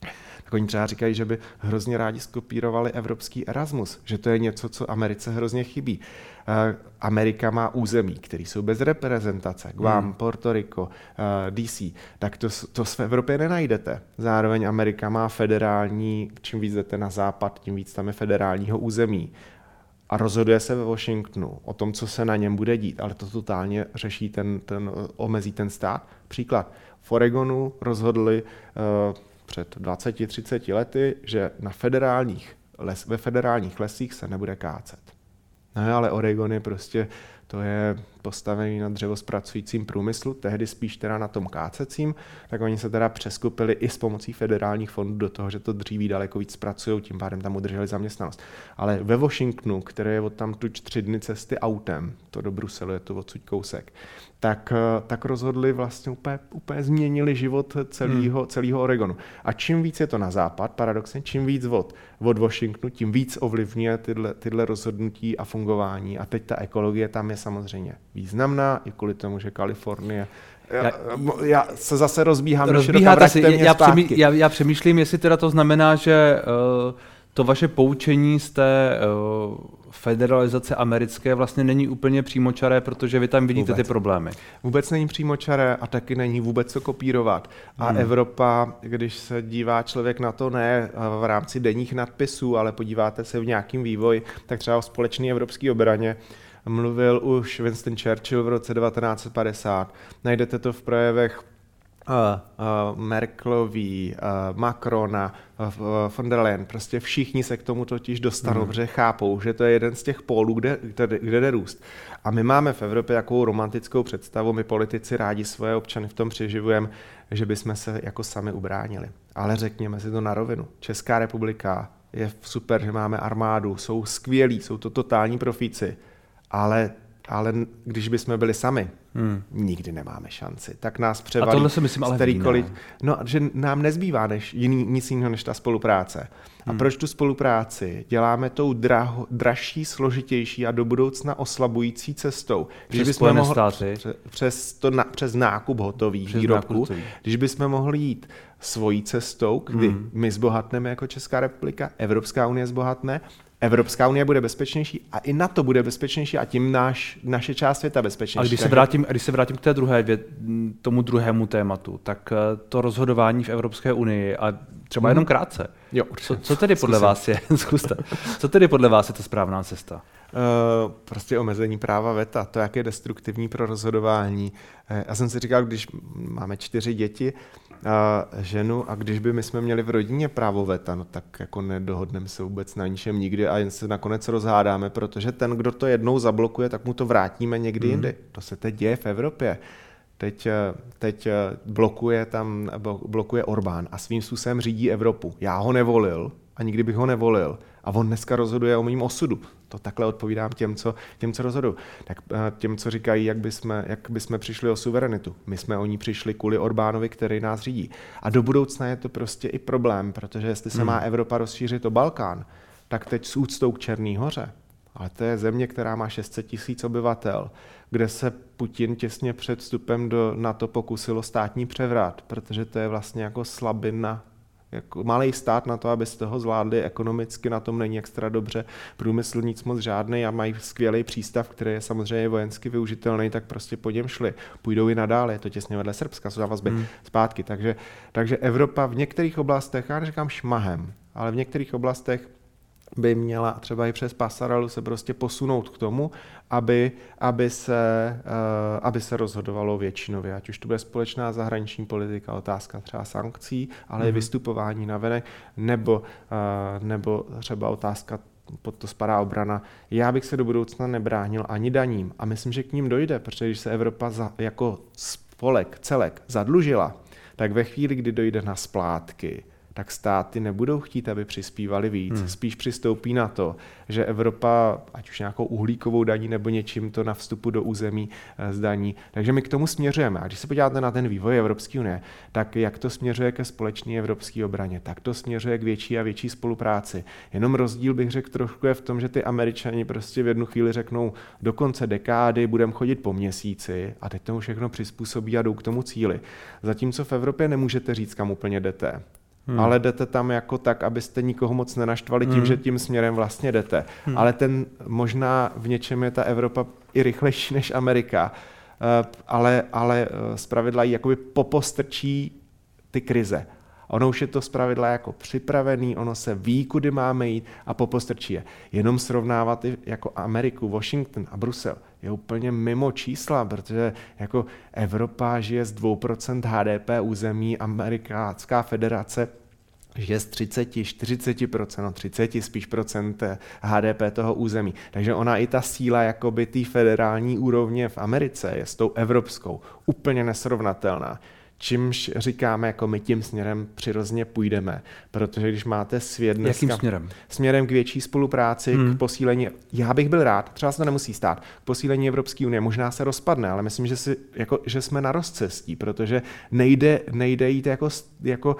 tak oni třeba říkají, že by hrozně rádi skopírovali evropský Erasmus, že to je něco, co Americe hrozně chybí. Amerika má území, které jsou bez reprezentace, Guam, Puerto Rico, DC, tak to v Evropě nenajdete. Zároveň Amerika má federální, čím víc jdete na západ, tím víc tam je federálního území. A rozhoduje se ve Washingtonu o tom, co se na něm bude dít, ale to totálně řeší omezí ten stát. Příklad, v Oregonu rozhodli před 20-30 lety, že ve federálních lesích se nebude kácet. No ale Oregon je prostě, to je postavený na dřevozpracujícím průmyslu, tehdy spíš teda na tom kácecím, tak oni se teda přeskupili i s pomocí federálních fondů do toho, že to dříví daleko víc pracují, tím pádem tam udrželi zaměstnanost. Ale ve Washingtonu, které je od tam tuď 3 dny cesty autem, to do Bruselu je to odsud kousek, tak rozhodli vlastně úplně změnili život celého Oregonu. A čím víc je to na západ, paradoxně, čím víc od Washingtonu, tím víc ovlivňuje tyhle rozhodnutí a fungování. A teď ta ekologie tam je samozřejmě významná, i kvůli tomu, že Kalifornie... Já se zase rozbíhám.
Já přemýšlím, jestli teda to znamená, že to vaše poučení z té federalizace americké vlastně není úplně přímočaré, protože vy tam vidíte ty problémy.
Vůbec není přímočaré a taky není vůbec co kopírovat. A Evropa, když se dívá člověk na to ne v rámci denních nadpisů, ale podíváte se v nějakým vývoji, tak třeba o společné evropské obraně mluvil už Winston Churchill v roce 1950. Najdete to v projevech Merkelový, Macrona, von der Leyen, prostě všichni se k tomu totiž dostanou, protože chápou, že to je jeden z těch pólů, kde jde růst. A my máme v Evropě jakou romantickou představu, my politici rádi svoje občany v tom přeživujeme, že bychom se jako sami ubránili. Ale řekněme si to na rovinu. Česká republika je super, že máme armádu, jsou skvělí, jsou to totální profíci, ale když bychom byli sami, nikdy nemáme šanci. Tak nás převalí.
A tohle si myslím ale víme.
No, že nám nezbývá nic jiného než ta spolupráce. A proč tu spolupráci děláme tou dražší, složitější a do budoucna oslabující cestou?
Když bychom mohli
přes nákup hotových výrobků, když bychom mohli jít svojí cestou, kdy my zbohatneme jako Česká republika, Evropská unie zbohatne, Evropská unie bude bezpečnější a i NATO bude bezpečnější a tím naše část světa bezpečnější.
A když se vrátím k té tomu druhému tématu, tak to rozhodování v Evropské unii a třeba jenom krátce.
Jo,
co tedy podle vás je? Zkuste. Co tedy podle vás je ta správná cesta?
Prostě omezení práva veta, to, jak je destruktivní pro rozhodování. Já jsem si říkal, když máme 4 děti, ženu a když by my jsme měli v rodině právo veta, no tak jako nedohodneme se vůbec na ničem nikdy a jen se nakonec rozhádáme, protože ten, kdo to jednou zablokuje, tak mu to vrátíme někdy jindy. To se teď děje v Evropě. Teď blokuje Orbán a svým způsobem řídí Evropu. Já ho nevolil a nikdy bych ho nevolil. A on dneska rozhoduje o mým osudu. To takhle odpovídám těm, co rozhodují. Tak těm, co říkají, jak bychom přišli o suverenitu. My jsme o ní přišli kvůli Orbánovi, který nás řídí. A do budoucna je to prostě i problém, protože jestli se má Evropa rozšířit o Balkán, tak teď s úctou k Černé Hoře. Ale to je země, která má 600 000 obyvatel, kde se Putin těsně před vstupem do NATO pokusil o státní převrat, protože to je vlastně jako slabina, jako malý stát na to, aby z toho zvládli, ekonomicky na tom není extra dobře, průmysl nic moc žádnej a mají skvělý přístav, který je samozřejmě vojensky využitelný, tak prostě po něm šli. Půjdou i nadále, je to těsně vedle Srbska, jsou tam vazby zpátky. Takže Evropa v některých oblastech, já neříkám šmahem, ale v některých oblastech by měla třeba i přes Pasarelu se prostě posunout k tomu, aby se rozhodovalo většinově. Ať už to bude společná zahraniční politika, otázka třeba sankcí, ale i vystupování navenek, nebo třeba otázka, pod to spadá obrana. Já bych se do budoucna nebránil ani daním. A myslím, že k ním dojde, protože když se Evropa jako spolek, celek zadlužila, tak ve chvíli, kdy dojde na splátky, tak státy nebudou chtít, aby přispívali víc. Spíš přistoupí na to, že Evropa, ať už nějakou uhlíkovou daní nebo něčím to na vstupu do území zdaní. Takže my k tomu směřujeme. A když se podíváte na ten vývoj Evropské unie, tak jak to směřuje ke společné evropské obraně, tak to směřuje k větší a větší spolupráci. Jenom rozdíl bych řekl trošku je v tom, že ty Američani prostě v jednu chvíli řeknou, do konce dekády budeme chodit po měsíci a teď tomu všechno přizpůsobí a jdou k tomu cíli. Zatímco v Evropě nemůžete říct, kam úplně jdete. ale jdete tam jako tak, abyste nikoho moc nenaštvali tím, že tím směrem vlastně jdete. Ale možná v něčem je ta Evropa i rychlejší než Amerika, ale zpravidla jí jakoby popostrčí ty krize. Ono už je to zpravidla jako připravený, ono se ví, kudy máme jít a popostrčí je. Jenom srovnávat jako Ameriku, Washington a Brusel je úplně mimo čísla, protože jako Evropa žije z 2% HDP území, Amerikánská federace žije z 30-40%, no 30 spíš procent HDP toho území. Takže ona i ta síla jakoby té federální úrovně v Americe je s tou evropskou úplně nesrovnatelná. Čímž říkáme, jako my tím směrem přirozeně půjdeme, protože když máte svět dneska...
Jakým směrem?
Směrem k větší spolupráci, k posílení... Já bych byl rád, třeba se to nemusí stát, k posílení Evropské unie, možná se rozpadne, ale myslím, že jsme na rozcestí, protože nejde jít jako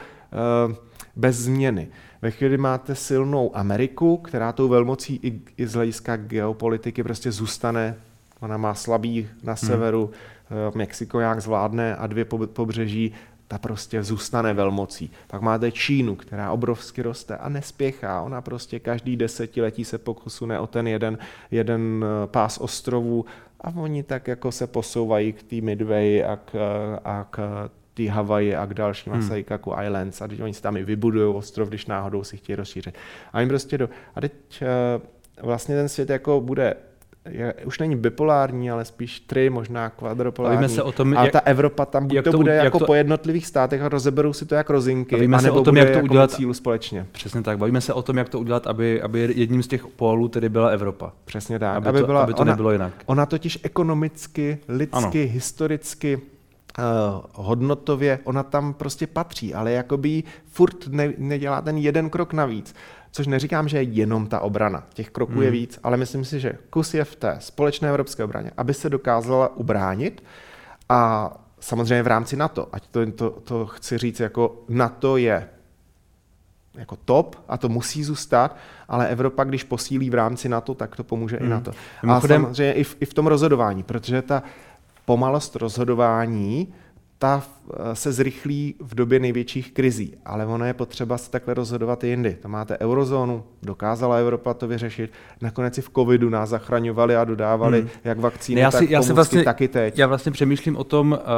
bez změny. Ve chvíli máte silnou Ameriku, která tou velmocí i z hlediska geopolitiky prostě zůstane, ona má slabý na severu, Mexiko jak zvládne a 2 pobřeží, ta prostě zůstane velmocí. Pak máte Čínu, která obrovsky roste a nespěchá. Ona prostě každý desetiletí se pokusune o ten jeden pás ostrovů a oni tak jako se posouvají k té Midway a k té Havaji a k dalším Asaikaku Islands a oni si tam i vybudují ostrov, když náhodou si chtějí rozšířit. A jim prostě A teď vlastně ten svět jako bude už není bipolární, ale spíš možná kvadropolární. Ale ta Evropa tam to bude jako po jednotlivých státech a rozeberou si to jak rozinky, anebo bude jako udělat cílu společně.
Přesně tak. Bavíme se o tom, jak to udělat, aby jedním z těch pólů tedy byla Evropa.
Přesně tak.
Aby to nebylo jinak.
Ona totiž ekonomicky, lidsky, historicky, hodnotově, ona tam prostě patří, ale jakoby furt nedělá ten jeden krok navíc. Což neříkám, že je jenom ta obrana. Těch kroků je víc, ale myslím si, že kus je v té společné evropské obraně, aby se dokázala ubránit a samozřejmě v rámci NATO. Ať to chci říct, jako NATO je jako top a to musí zůstat, ale Evropa, když posílí v rámci NATO, tak to pomůže i NATO. A samozřejmě i v tom rozhodování, protože ta pomalost rozhodování ta se zrychlí v době největších krizí, ale ono je potřeba se takhle rozhodovat i jindy. To máte eurozónu, dokázala Evropa to vyřešit, nakonec i v covidu nás zachraňovali a dodávali jak vakcíny, tak pomůcky, taky teď.
Já vlastně přemýšlím o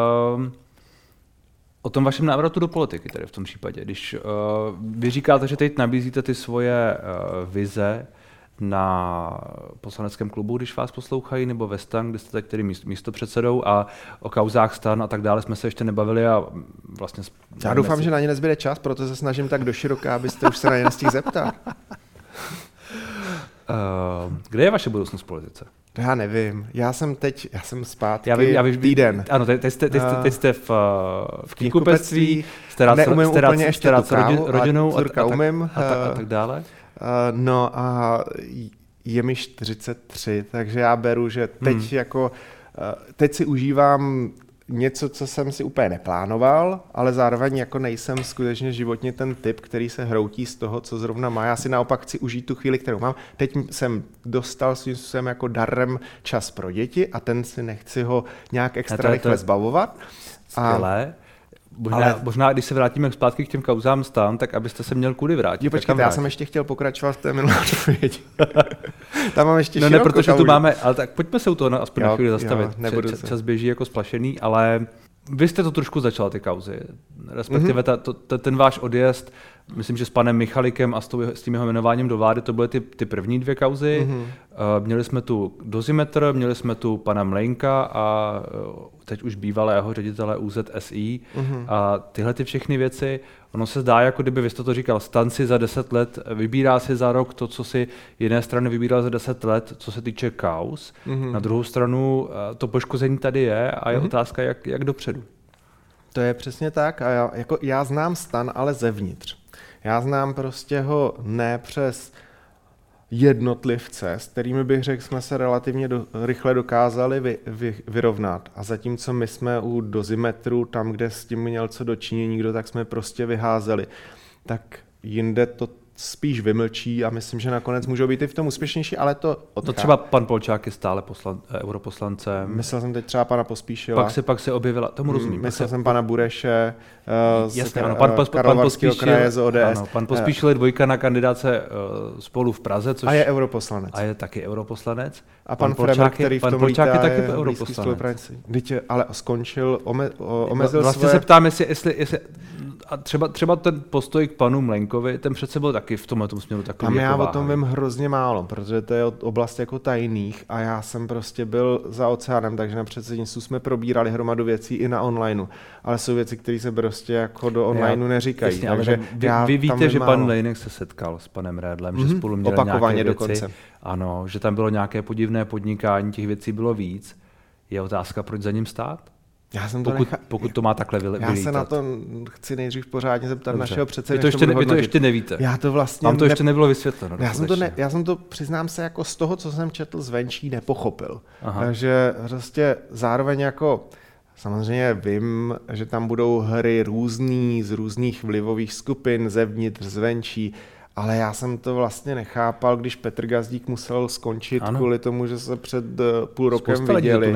tom vašem návratu do politiky tady v tom případě. Když vy říkáte, že teď nabízíte ty svoje vize na poslaneckém klubu, když vás poslouchají, nebo ve STAN, kde jste teď tedy místopředsedou a o kauzách STAN a tak dále jsme se ještě nebavili a vlastně...
Já doufám, že na ně nezbyde čas, proto se snažím tak doširoka, abyste už se na ně nestihl zeptat.
Kde je vaše budoucnost v politice?
Já nevím. Já jsem zpátky týden.
Ano, teď jste v knihkupectví,
neumím úplně ještě tu kávu,
rodinou
a
tak dále.
No a je mi 43, takže já beru, že teď si užívám něco, co jsem si úplně neplánoval, ale zároveň jako nejsem skutečně životně ten typ, který se hroutí z toho, co zrovna má. Já si naopak chci užít tu chvíli, kterou mám. Teď jsem dostal svým způsobem jako darem čas pro děti a ten si nechci ho nějak extra rychle zbavovat.
Skvělé. Možná, když se vrátíme zpátky k těm kauzám STAN, tak abyste se měl kudy vrátit.
Počkejte, já jsem ještě chtěl pokračovat v té minulé odpovědi. Tam mám ještě
ne, protože kauzu. Tu máme, ale tak pojďme se u toho aspoň na chvíli zastavit. Čas běží jako splašený, ale vy jste to trošku začal, ty kauzy. Respektive ten váš odjezd, myslím, že s panem Michalikem a s tím jeho jmenováním do vlády, to byly ty první 2 kauzy. Měli jsme tu Dozimetr, měli jsme tu pana Mlejnka a teď už bývalého ředitele ÚZSI. A tyhle ty všechny věci, ono se zdá, jako kdyby vy jste to říkal, STAN si za 10 let vybírá si za rok to, co si jiné strany vybíral za 10 let, co se týče kauz. Na druhou stranu to poškození tady je a je otázka, jak dopředu.
To je přesně tak a já znám STAN, ale zevnitř. Já znám prostě ho ne přes jednotlivce, s kterými bych řekl, jsme se relativně rychle dokázali vyrovnat. A zatímco my jsme u Dozimetru, tam, kde s tím měl co dočinění někdo, tak jsme prostě vyházeli. Tak jinde to spíš vymlčí a myslím, že nakonec můžou být i v tom úspěšnější, ale to odchází.
No třeba pan Polčák je stále europoslancem.
Myslel jsem teď třeba pana Pospíšila.
Pak se objevila, tomu rozumím.
Myslel jsem pana Bureše,
Karlovarského
kraje z ODS.
Ano, pan Pospíšil je dvojka na kandidáce Spolu v Praze, což...
A je europoslanec.
A je taky europoslanec.
A pan Fremer, který v tom lítá,
je taky
europoslanec. Ale skončil, omezil
vlastně se ptám, jestli a třeba ten postoj k panu Mlejnkovi, ten přece byl taky v tomhle směru takový.
Tam já o tom vím hrozně málo, protože to je oblast jako tajných a já jsem prostě byl za oceánem, takže na předsednictvu jsme probírali hromadu věcí i na onlineu, ale jsou věci, které se prostě jako do onlineu neříkají.
Jasně,
takže
vy víte, že pan Mlejnek se setkal s panem Redlem, že spolu měli
opakovaně
nějaké věci.
Dokonce.
Ano, že tam bylo nějaké podivné podnikání, těch věcí bylo víc. Je otázka, proč za ním stát? Pokud to má takhle vylítat.
Já se na to chci nejdřív pořádně zeptat našeho předsedy.
Vy to ještě nevíte.
Já to vlastně
vám to ještě nebylo vysvětleno.
Já jsem to, přiznám se, jako z toho, co jsem četl zvenčí, nepochopil. Takže prostě zároveň jako samozřejmě vím, že tam budou hry různý, z různých vlivových skupin, zevnitř, zvenčí, ale já jsem to vlastně nechápal, když Petr Gazdík musel skončit kvůli tomu, že se před půl rokem viděli.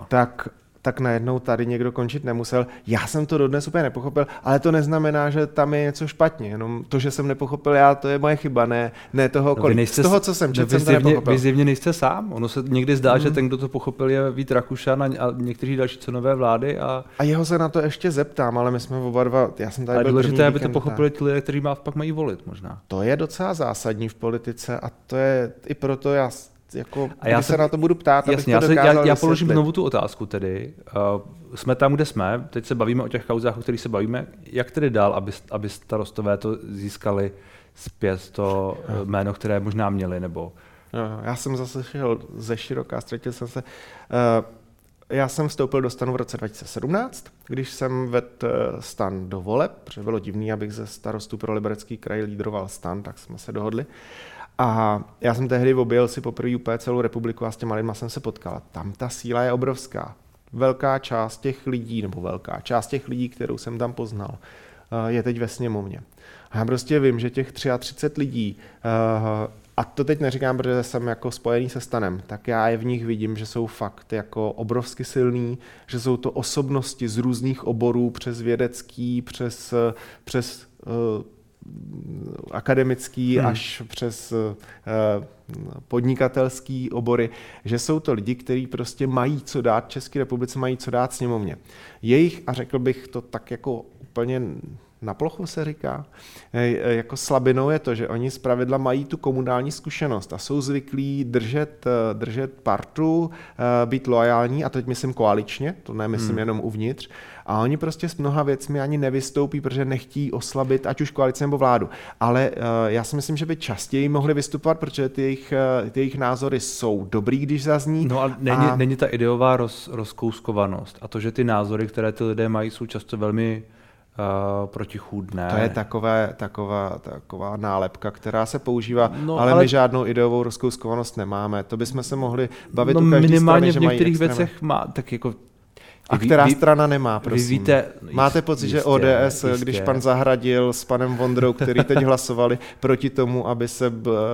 Tak najednou tady někdo končit nemusel. Já jsem to dodnes úplně nepochopil, ale to neznamená, že tam je něco špatně. Jenom to, že jsem nepochopil já, to je moje chyba, ne toho, kolik. Z toho, co jsem četl, jsem to nepochopil.
Vy zjevně nejste sám. Ono se někdy zdá, že ten, kdo to pochopil, je Vít Rakušan a někteří další členové vlády. A jeho
se na to ještě zeptám, ale my jsme oba dva, já jsem tady byl
důležité, aby to pochopili ti lidé, kteří pak mají volit možná.
To je docela zásadní v politice a to je i proto já se na to budu ptát,
jasně,
abych to dokázal
já položím znovu tu otázku tedy. Jsme tam, kde jsme, teď se bavíme o těch kauzách, o kterých se bavíme. Jak tedy dál, aby starostové to získali zpět to jméno, které možná měli, nebo...
Já jsem zase šel ze široká, ztratil jsem se. Já jsem vstoupil do stanu v roce 2017, když jsem vedl stan do voleb, protože bylo divný, abych ze starostů pro Liberecký kraj lídroval stan, tak jsme se dohodli. A já jsem tehdy objel si poprvé úplně celou republiku a s těma lidma jsem se potkal. Tam ta síla je obrovská. Velká část těch lidí, kterou jsem tam poznal, je teď ve sněmovně. A já prostě vím, že těch 33 lidí, a to teď neříkám, protože jsem jako spojený se stanem, tak já je v nich vidím, že jsou fakt jako obrovsky silný, že jsou to osobnosti z různých oborů, přes vědecký, přes akademický až přes podnikatelský obory, že jsou to lidi, kteří prostě mají co dát České republice, mají co dát sněmovně. Jejich, a řekl bych to tak jako úplně na plochu se říká, jako slabinou je to, že oni zpravidla mají tu komunální zkušenost a jsou zvyklí držet partu, být loajální, a teď myslím koaličně, to nemyslím jenom uvnitř, a oni prostě s mnoha věcmi ani nevystoupí, protože nechtějí oslabit ať už koalici nebo vládu. Ale já si myslím, že by častěji mohli vystupovat, protože ty jejich názory jsou dobrý, když zazní.
No a není ta ideová rozkouskovanost a to, že ty názory, které ty lidé mají, jsou často velmi protichůdné.
To je taková nálepka, která se používá, ale my žádnou ideovou rozkouskovanost nemáme. To bychom se mohli bavit u každé
minimálně
strany,
v některých věcech má, tak jako...
A která strana nemá, prosím?
Víte,
máte pocit, že ODS, když pan Zahradil s panem Vondrou, který teď hlasovali proti tomu, aby se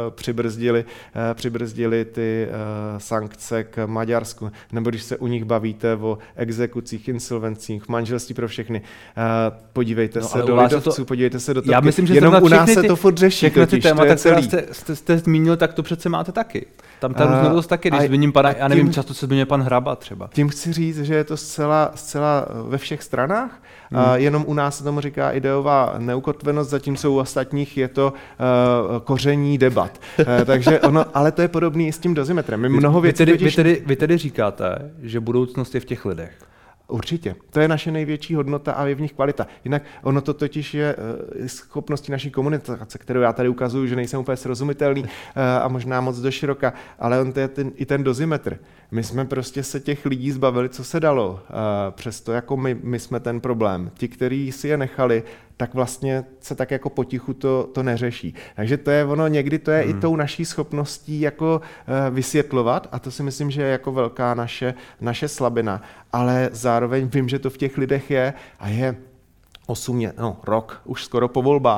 přibrzdili ty sankce k Maďarsku, nebo když se u nich bavíte o exekucích, insolvencích, manželství pro všechny, podívejte se do lidovců, podívejte se do toho.
Já myslím, že
jenom u nás se to furt řeší.
Všechny ty témata, které jste zmínil, tak to přece máte taky. Tam ta různorodost taky, když zmíním pana, já nevím, často se zmiňuje pan Hraba třeba.
Tím chci říct, že je to zcela ve všech stranách, jenom u nás se tomu říká ideová neukotvenost, zatímco u ostatních je to koření debat. Takže ale to je podobný i s tím dozimetrem.
Vy tedy říkáte, že budoucnost je v těch lidech.
Určitě. To je naše největší hodnota a je v nich kvalita. Jinak ono to totiž je schopností naší komunikace, kterou já tady ukazuju, že nejsem úplně srozumitelný a možná moc doširoka, ale on to je i ten dozimetr. My jsme prostě se těch lidí zbavili, co se dalo. Přesto jako my jsme ten problém. Ti, kteří si je nechali, tak vlastně se tak jako potichu to neřeší. Takže to je ono, někdy to je i tou naší schopností jako vysvětlovat a to si myslím, že je jako velká naše slabina. Ale zároveň vím, že to v těch lidech je a je rok už skoro po volbách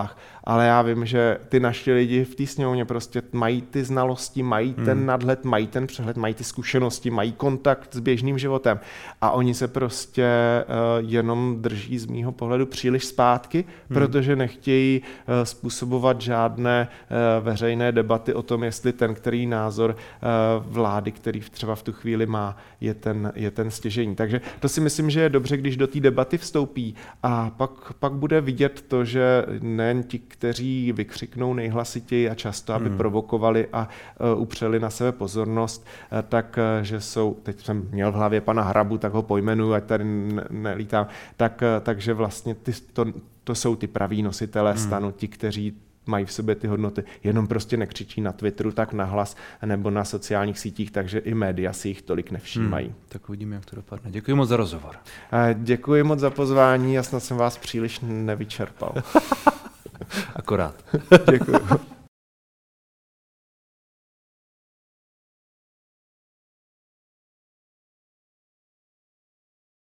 ale já vím, že ty naši lidi v té sněmovně prostě mají ty znalosti, mají ten nadhled, mají ten přehled, mají ty zkušenosti, mají kontakt s běžným životem a oni se prostě jenom drží z mýho pohledu příliš zpátky, protože nechtějí způsobovat žádné veřejné debaty o tom, jestli ten, který názor vlády, který třeba v tu chvíli má, je ten stěžejní. Takže to si myslím, že je dobře, když do té debaty vstoupí a pak bude vidět to, že nejen ti, kteří vykřiknou nejhlasitěji a často, aby provokovali a upřeli na sebe pozornost, tak, že jsou, teď jsem měl v hlavě pana Hrabu, tak ho pojmenuju, ať tady nelítám, takže vlastně to jsou ty praví nositelé stanu, ti, kteří mají v sobě ty hodnoty, jenom prostě nekřičí na Twitteru tak nahlas nebo na sociálních sítích, takže i média si jich tolik nevšímají.
Tak uvidíme, jak to dopadne. Děkuji moc za rozhovor.
Děkuji moc za pozvání, já snad jsem vás příliš nevyčerpal.
Akorát.
Děkuji.